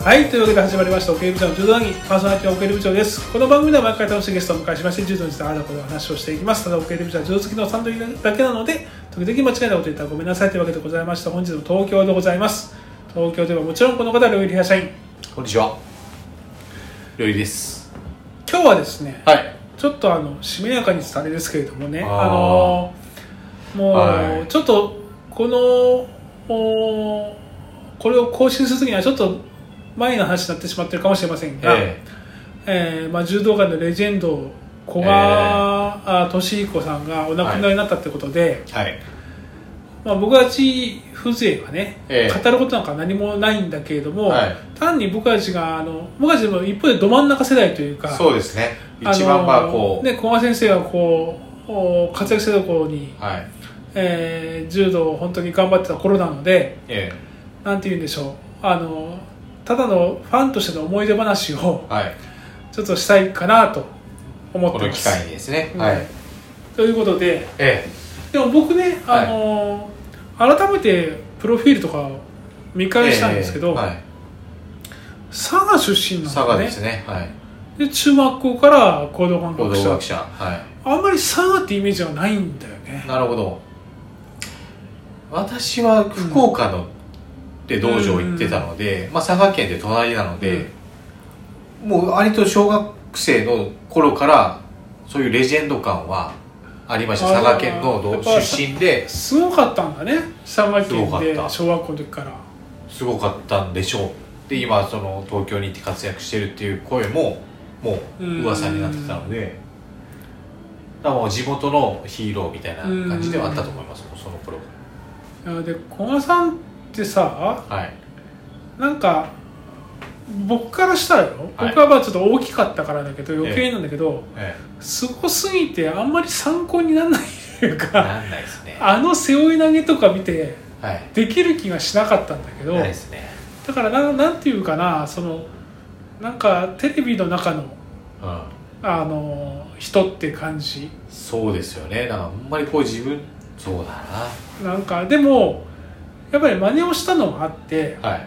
はい、というわけで始まりましたオケル部長の柔道談義、パーソナリティのオケル部長です。この番組では毎回楽しいゲストをお迎えしまして柔道についてあることを話をしていきます。ただオケル部長は柔道好きの3人だけなので時々間違えたこと言ったらごめんなさいというわけでございました。本日も東京でございます。東京ではもちろんこの方は料理屋社員、 こんにちは、料理です。 今日はですね、 はい、 ちょっとしめやかにあれですけれどもね、 もう、はい、ちょっとこれを更新するときにはちょっと前の話になってしまっているかもしれませんが、柔道界のレジェンド古賀稔彦さんがお亡くなりになったということで、僕たち風情はね、語ることなんか何もないんだけれども、単に僕たちも一方でど真ん中世代というか、 そうですね、一番古賀先生が活躍してた頃に、柔道を本当に頑張ってた頃なので、なんて言うんでしょう、ただのファンとしての思い出話をちょっとしたいかなと思ってます。 この機会にですね、 ということで、でも僕ね、改めてプロフィールとか見返したんですけど、佐賀出身なんですね。 佐賀ですね。 で中学校から行動学者、あんまり佐賀ってイメージはないんだよね。 なるほど。私は福岡ので道場行ってたので、佐賀県で隣なので、もう割と小学生の頃からそういうレジェンド感はありました。佐賀県の出身ですごかったんだね、佐賀県で小学校の時からすごかったんでしょう。で今その東京に行って活躍してるっていう声ももう噂になってたので、だからもう地元のヒーローみたいな感じではあったと思います。その頃で古賀さんってさ、なんか僕からしたらよ、僕はちょっと大きかったからだけど余計なんだけど、すごすぎてあんまり参考にならないというか、 なんないですね、 背負い投げとか見て、できる気がしなかったんだけど、だからなんていうかな、なんかテレビの中の、人って感じ。 そうですよね。だからあんまり自分そうだな。 なんかでもやっぱり真似をしたのがあって、や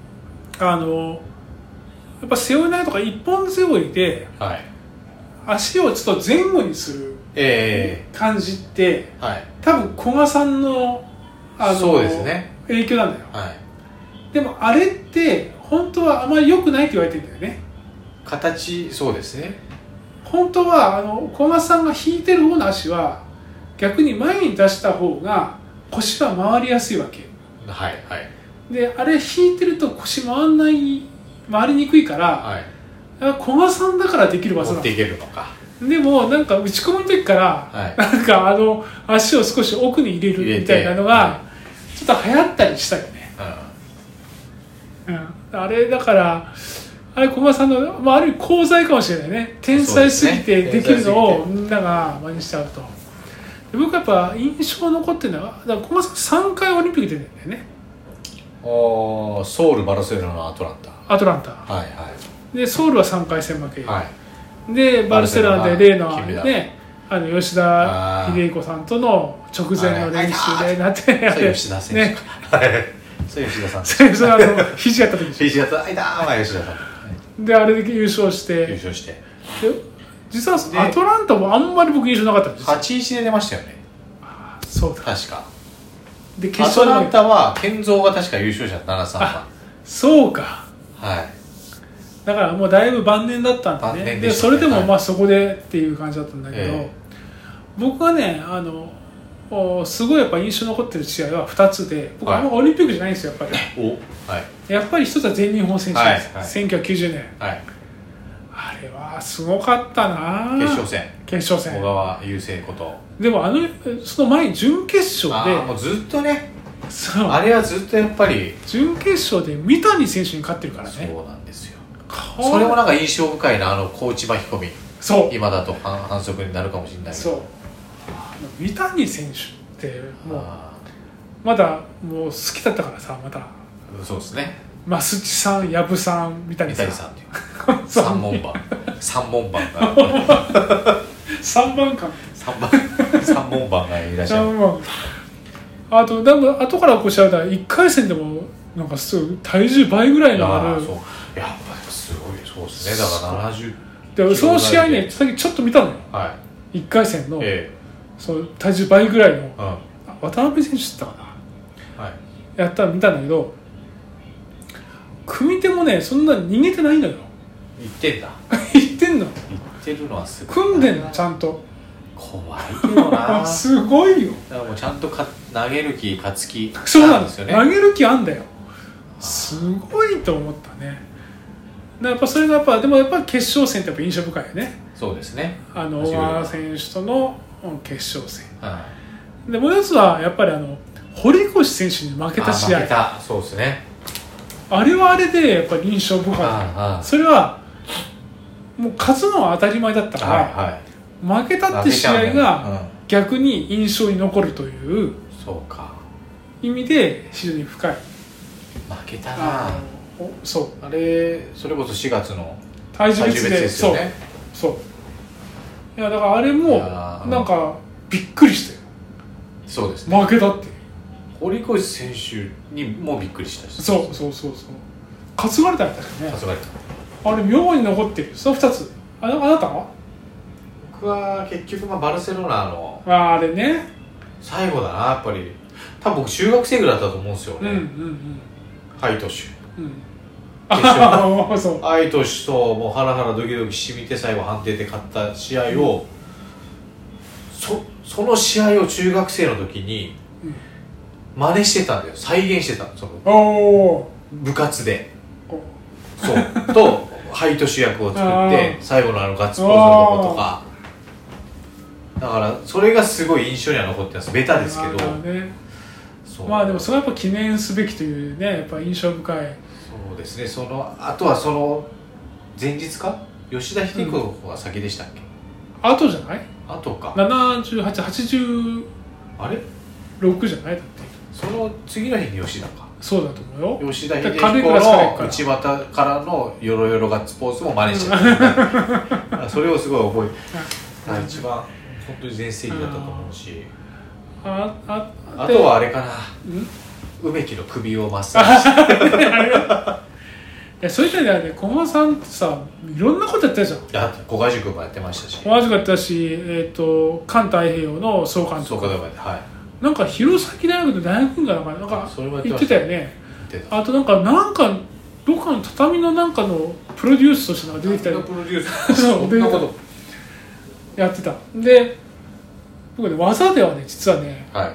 っぱ背負い投げとか一本背負いで、足をちょっと前後にする感じって、多分古賀さんの、 そうですね、 影響なんだよ、でもあれって本当はあまり良くないって言われてるんだよね。 形、そうですね。 本当は古賀さんが引いてる方の足は逆に前に出した方が腰は回りやすいわけ。であれ引いてると腰回りにくいから、古賀さんだからできる技なの。 持っていけるのか。 でもなんか打ち込みの時から、なんか足を少し奥に入れるみたいなのがちょっと流行ったりしたよね。あれだから古賀さんの、ある意味功罪かもしれないね。天才すぎてできるのをみんなが真似しちゃうと。僕やっぱ印象残ってるのは、だから古賀さん3回オリンピック出てるんだよね。 ソウル、バルセロナ、アトランタ。 でソウルは3回戦負け、でバルセロナで例のね、吉田秀彦さんとの直前の練習でなって、 吉田選手、そう吉田さん、 肘やった時、 吉田さんであれで優勝して、実はアトランタもあんまり僕印象なかったんですよ。 8-1で出ましたよね。 そうだ、 確か。 でアトランタは健三が確か優勝者、7-3番。 そうか。だからもうだいぶ晩年だったんだね。でそれでもそこでっていう感じだったんだけど、僕はねすごいやっぱ印象に残ってる試合は2つで、僕はオリンピックじゃないんですよ、やっぱり。やっぱり一つは全日本選手です、1990年。あれはすごかったな。決勝戦、 小川雄星こと。 でもその前準決勝でもうずっとね、あれはずっとやっぱり準決勝で三谷選手に勝ってるからね。 そうなんですよ。それもなんか印象深いな、小内巻き込み。今だと反則になるかもしれないけど、 三谷選手ってもうまだもう好きだったからさ、またそうですね、 増地さん、藪さん、三谷さんっていう三門番が 3門番がいらっしゃる。 あとでも後から調べたら1回戦でもなんか体重倍ぐらいのある。 そうやっぱすごいそうですね。だから70 でその試合ねさっきちょっと見たのよ、はい、1回戦の、その体重倍ぐらいの、渡辺選手だったかな、はい、やったら見たんだけど、組み手もねそんな逃げてないのよ。 言ってんだ言ってんの、 言ってるのはすごい、 組んでんのちゃんと。 怖いけどなすごいよ。 だからもうちゃんと投げる気勝つ気そうなんですよね。投げる気あんだよ。すごいと思ったね。やっぱそれがでもやっぱ決勝戦ってやっぱ印象深いよね。 そうですね。 小川選手との決勝戦、はい、でもう一つはやっぱり堀越選手に負けた試合。 負けた、そうですね。 あれはあれでやっぱり印象深い。それはもう勝つのは当たり前だったから、はいはい、負けたって試合が逆に印象に残るという意味で非常に深い。 負けたな。そうあれそれこそ4月の体重別ですよね。そういやだからあれもなんかびっくりしたよ。 そうですね。 負けたって堀越選手にもびっくりしたし、 そう担がれたんだけどね。担がれた。あれ妙に残ってる。その2つ。あなたは？ 僕は結局バルセロナのあれね最後だな。やっぱり多分僕中学生ぐらいだったと思うんですよね。ハイトシュ、決勝ハイトシュともうハラハラドキドキしみて最後判定で勝った試合を、その試合を中学生の時に真似してたんだよ。再現してたその部活でそうとハイトシュ役を作って最後のガッツポーズのとことかだからそれがすごい印象には残ってます。ベタですけど、 でもそれはやっぱ記念すべきというね、やっぱ印象深い。 そうですね。あとはその前日か吉田秀彦の方が先でしたっけ？ 後じゃない？ 後か。 78、80あれ6じゃない？だってその次の日に吉田か。 そうだと思うよ。 吉田秀彦の内股からのヨロヨロガッツポーズも真似しちゃったそれをすごい覚えて一番本当に全盛期だったと思うし、あとはあれかな、梅木の首をマッサージいやそういった意味ではね、小川さんってさいろんなことやってたじゃん。 小川塾もやってましたし、 小川塾やってたし、環太平洋の総監督、 はい、 なんか弘前大学の大学院がなんか言ってたよね。あとなんかどっかの畳のなんかのプロデュースとして出てきたりプロデュースそんなことやってた。で僕ね技ではね実はね、 はい、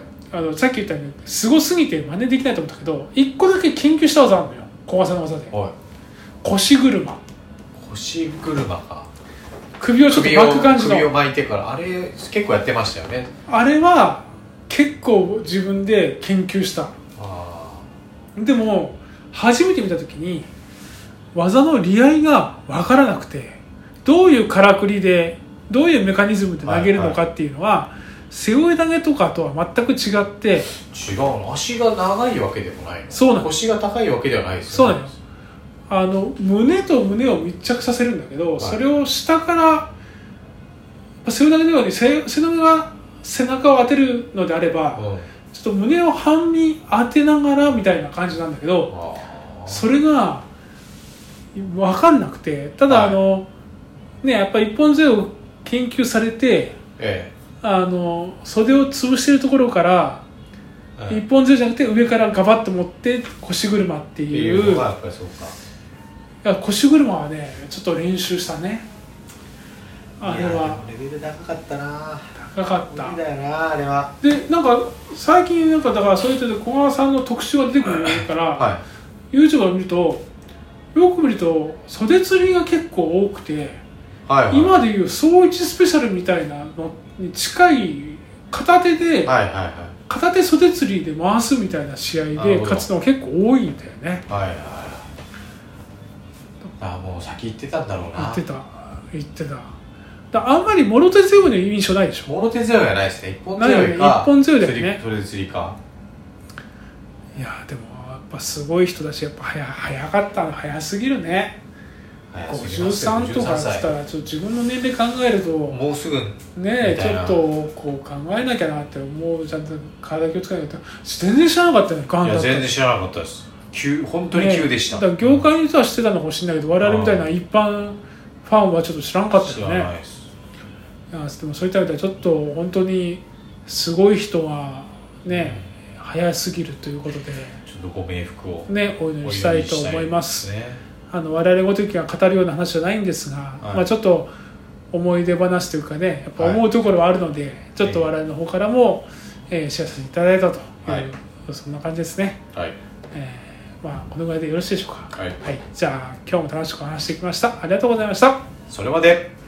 さっき言ったようにすごすぎて真似できないと思ったけど1個だけ研究した技あるのよ、小技の技で。腰車か。首をちょっと巻く感じの首を巻いてから、あれ結構やってましたよね。 あれは結構自分で研究した。でも初めて見た時に技の利合いが分からなくて、どういうからくりでどういうメカニズムで投げるのかっていうのは、背負い投げとかとは全く違って。 違うの。足が長いわけでもないの。 そうなの。 腰が高いわけではないですよね。 そうなの。胸と胸を密着させるんだけど、それを下から背負い投げのように背中を当てるのであれば、ちょっと胸を半身当てながらみたいな感じなんだけど、それが分かんなくて、ただやっぱり一本背負いを研究されて、袖を潰しているところから、一本背負いじゃなくて上からガバッと持って腰車っていう。腰車はねちょっと練習したね。あれはレベル高かったな。 高かった。 無理だよなあれは。 でなんか最近だからそういう人で小川さんの特集が出てくるから、YouTube を見るとよく見ると袖釣りが結構多くて、今でいう総一スペシャルみたいなのに近い片手で、片手袖釣りで回すみたいな試合で勝つのが結構多いんだよね。 もう先行ってたんだろうな。 言ってた。あんまりもろ手強いの印象ないでしょ。 もろ手強いはないですね。一本強いか一本強いだよね。 それで釣りか。 いやでもやっぱすごい人だし、やっぱ早かったの。早すぎるね。53とかって言ったらちょっと自分の年齢考えるともうすぐねちょっとこう考えなきゃなって思う。ちゃんと体気をつけないと。全然知らなかったね。 いや全然知らなかったです。 本当に急でした、 だから業界の人は知ってたのかもしれないけど、我々みたいな一般ファンはちょっと知らんかったよね。 知らないです。 いやでもそういった意味ではちょっと本当にすごい人はね、早すぎるということで、 ちょっとご冥福をね、お祈りしたいと思います。 ね、 我々ごときが語るような話じゃないんですが、 はい、 まあ、ちょっと思い出話というかね、やっぱ思うところはあるので、はい、ちょっと我々の方からも、シェアさせていただいたという、はい、そんな感じですね。 はい、 まあ、このぐらいでよろしいでしょうか。 はい、 はい、じゃあ今日も楽しく話してきました。ありがとうございました。 それまで。